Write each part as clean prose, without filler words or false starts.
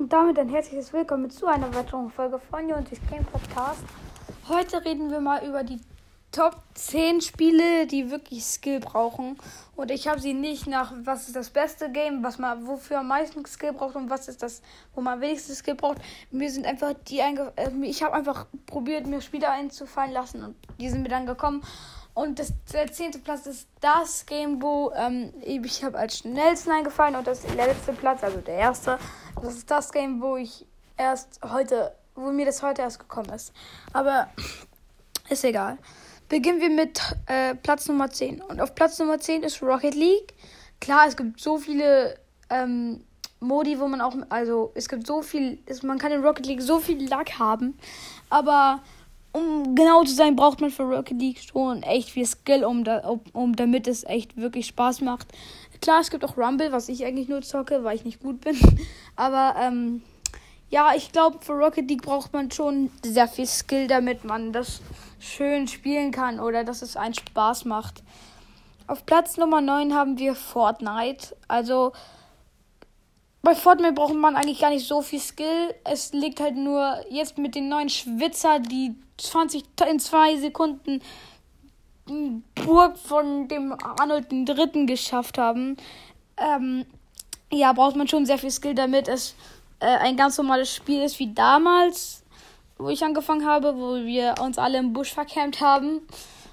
Und damit ein herzliches Willkommen zu einer weiteren Folge von Jontis Game Podcast. Heute reden wir mal über die Top 10 Spiele, die wirklich Skill brauchen. Und ich habe sie nicht nach, was ist das beste Game, wofür am meisten Skill braucht und was ist das, wo man am wenigsten Skill braucht. Mir sind einfach ich habe einfach probiert, mir Spiele einzufallen lassen und die sind mir dann gekommen. Und der 10. Platz ist das Game, wo ich habe als schnellsten eingefallen und das letzte Platz, also der erste, das ist das Game, wo mir das heute erst gekommen ist. Aber ist egal. Beginnen wir mit Platz Nummer 10. Und auf Platz Nummer 10 ist Rocket League. Klar, es gibt so viele Modi, wo man auch, also es gibt so viel, man kann in Rocket League so viel Luck haben, aber um genau zu sein, braucht man für Rocket League schon echt viel Skill, damit es echt wirklich Spaß macht. Klar, es gibt auch Rumble, was ich eigentlich nur zocke, weil ich nicht gut bin. Aber ja, ich glaube, für Rocket League braucht man schon sehr viel Skill, damit man das schön spielen kann oder dass es einen Spaß macht. Auf Platz Nummer 9 haben wir Fortnite. Also bei Fortnite braucht man eigentlich gar nicht so viel Skill. Es liegt halt nur jetzt mit den neuen Schwitzer, die in 2 Sekunden die Burg von dem Arnold III. Geschafft haben. Ja, braucht man schon sehr viel Skill, damit es ein ganz normales Spiel ist wie damals, wo ich angefangen habe, wo wir uns alle im Busch vercampt haben.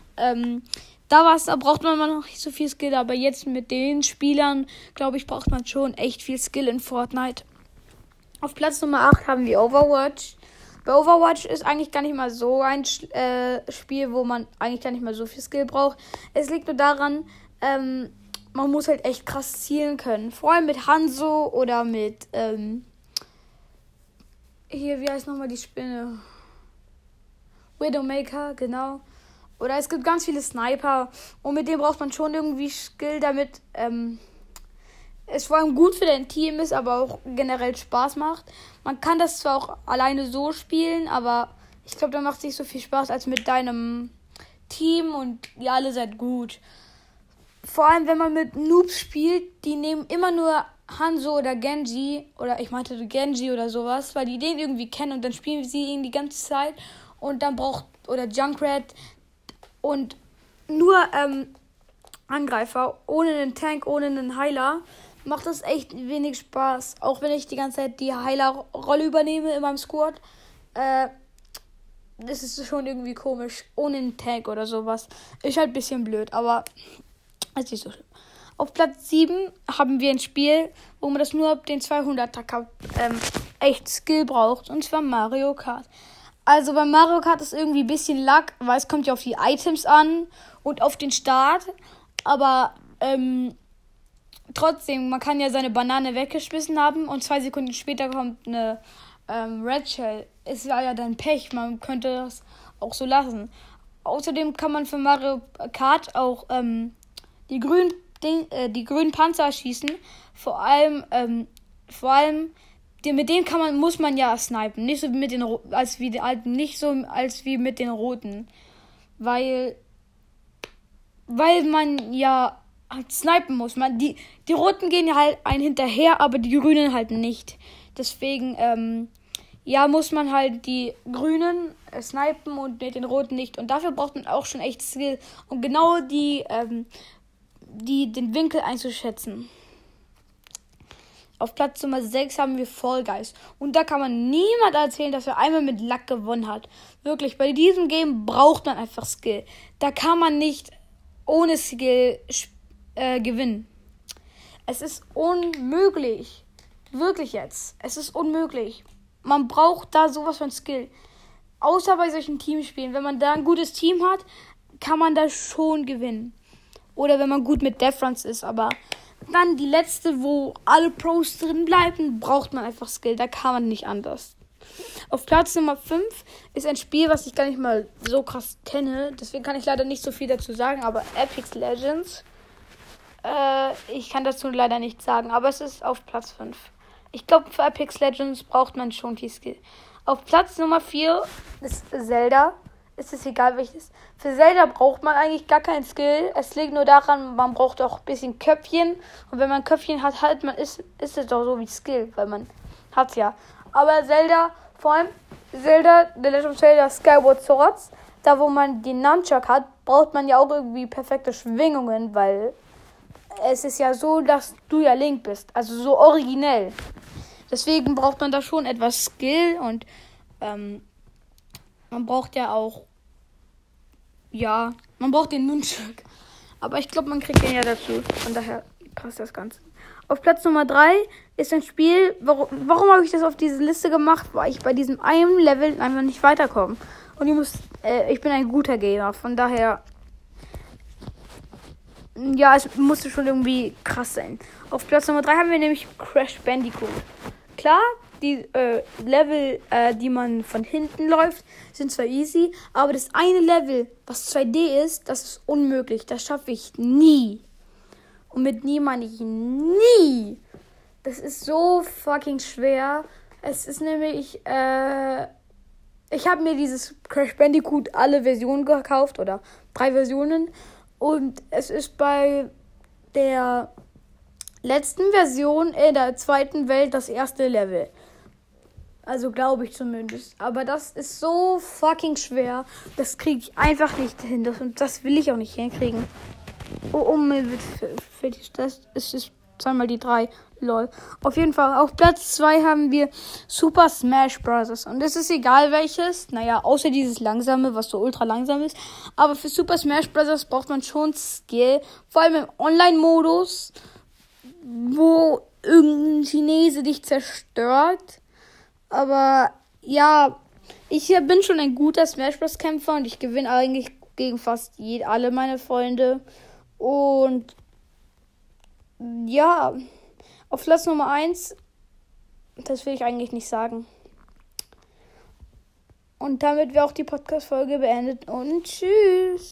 Da braucht man noch nicht so viel Skill, aber jetzt mit den Spielern, glaube ich, braucht man schon echt viel Skill in Fortnite. Auf Platz Nummer 8 haben wir Overwatch. Bei Overwatch ist eigentlich gar nicht mal so ein Spiel, wo man eigentlich gar nicht mal so viel Skill braucht. Es liegt nur daran, man muss halt echt krass zielen können. Vor allem mit Hanzo oder mit, wie heißt nochmal die Spinne? Widowmaker, genau. Oder es gibt ganz viele Sniper und mit denen braucht man schon irgendwie Skill, damit es vor allem gut für dein Team ist, aber auch generell Spaß macht. Man kann das zwar auch alleine so spielen, aber ich glaube, da macht es nicht so viel Spaß als mit deinem Team und ihr alle seid gut. Vor allem, wenn man mit Noobs spielt, die nehmen immer nur Hanzo oder Genji, oder ich meinte Genji oder sowas, weil die den irgendwie kennen und dann spielen sie ihn die ganze Zeit und dann oder Junkrat und nur Angreifer, ohne einen Tank, ohne einen Heiler, macht das echt wenig Spaß. Auch wenn ich die ganze Zeit die Heiler-Rolle übernehme in meinem Squad, das ist schon irgendwie komisch, ohne einen Tank oder sowas. Ist halt ein bisschen blöd, aber ist nicht so schlimm. Auf Platz 7 haben wir ein Spiel, wo man das nur ab den 200er Cup echt Skill braucht, und zwar Mario Kart. Also bei Mario Kart ist irgendwie ein bisschen Luck, weil es kommt ja auf die Items an und auf den Start. Aber trotzdem, man kann ja seine Banane weggeschmissen haben und 2 Sekunden später kommt eine Red Shell. Es war ja dann Pech, man könnte das auch so lassen. Außerdem kann man für Mario Kart auch die grünen Panzer schießen. Vor allem mit denen muss man ja snipen, nicht so mit den als wie die alten, nicht so als wie mit den roten, weil man ja halt snipen muss. Die roten gehen ja halt einen hinterher, aber die grünen halt nicht. Deswegen muss man halt die grünen snipen und mit den roten nicht. Und dafür braucht man auch schon echt Skill, um genau den Winkel einzuschätzen. Auf Platz Nummer 6 haben wir Fall Guys. Und da kann man niemand erzählen, dass er einmal mit Luck gewonnen hat. Wirklich, bei diesem Game braucht man einfach Skill. Da kann man nicht ohne Skill gewinnen. Es ist unmöglich. Wirklich jetzt. Es ist unmöglich. Man braucht da sowas von Skill. Außer bei solchen Teamspielen. Wenn man da ein gutes Team hat, kann man da schon gewinnen. Oder wenn man gut mit Death Runs ist, aber dann die letzte, wo alle Pros drin bleiben, braucht man einfach Skill. Da kann man nicht anders. Auf Platz Nummer 5 ist ein Spiel, was ich gar nicht mal so krass kenne. Deswegen kann ich leider nicht so viel dazu sagen. Aber Apex Legends. Ich kann dazu leider nichts sagen. Aber es ist auf Platz 5. Ich glaube, für Apex Legends braucht man schon viel Skill. Auf Platz Nummer 4 ist Zelda. Ist es egal welches. Für Zelda braucht man eigentlich gar keinen Skill. Es liegt nur daran, man braucht auch ein bisschen Köpfchen. Und wenn man Köpfchen hat, ist es doch so wie Skill. Weil man Hat's ja. Aber Zelda, vor allem Zelda, The Legend of Zelda Skyward Sword, da wo man den Nunchuck hat, braucht man ja auch irgendwie perfekte Schwingungen, weil es ist ja so, dass du ja Link bist. Also so originell. Deswegen braucht man da schon etwas Skill und man braucht ja auch, ja, man braucht den Nunchuck. Aber ich glaube, man kriegt den ja dazu. Von daher passt das Ganze. Auf Platz Nummer 3 ist ein Spiel, warum habe ich das auf diese Liste gemacht? Weil ich bei diesem einen Level einfach nicht weiterkomme. Und ich bin ein guter Gamer, von daher, ja, es musste schon irgendwie krass sein. Auf Platz Nummer 3 haben wir nämlich Crash Bandicoot. Klar, die Level, die man von hinten läuft, sind zwar easy, aber das eine Level, was 2D ist, das ist unmöglich. Das schaffe ich nie. Und mit nie meine ich nie. Das ist so fucking schwer. Es ist nämlich, ich habe mir dieses Crash Bandicoot alle Versionen gekauft oder 3 Versionen. Und es ist bei der letzten Version in der zweiten Welt das erste Level. Also glaube ich zumindest. Aber das ist so fucking schwer. Das kriege ich einfach nicht hin. Das will ich auch nicht hinkriegen. Das ist zweimal die 3. Lol. Auf jeden Fall, auf Platz 2 haben wir Super Smash Bros. Und es ist egal welches. Naja, außer dieses langsame, was so ultra langsam ist. Aber für Super Smash Bros. Braucht man schon Skill. Vor allem im Online-Modus, wo irgendein Chinese dich zerstört. Aber ja, ich bin schon ein guter Smash Bros. Kämpfer und ich gewinne eigentlich gegen fast alle meine Freunde. Und ja, auf Platz Nummer 1, das will ich eigentlich nicht sagen. Und damit wäre auch die Podcast-Folge beendet und tschüss.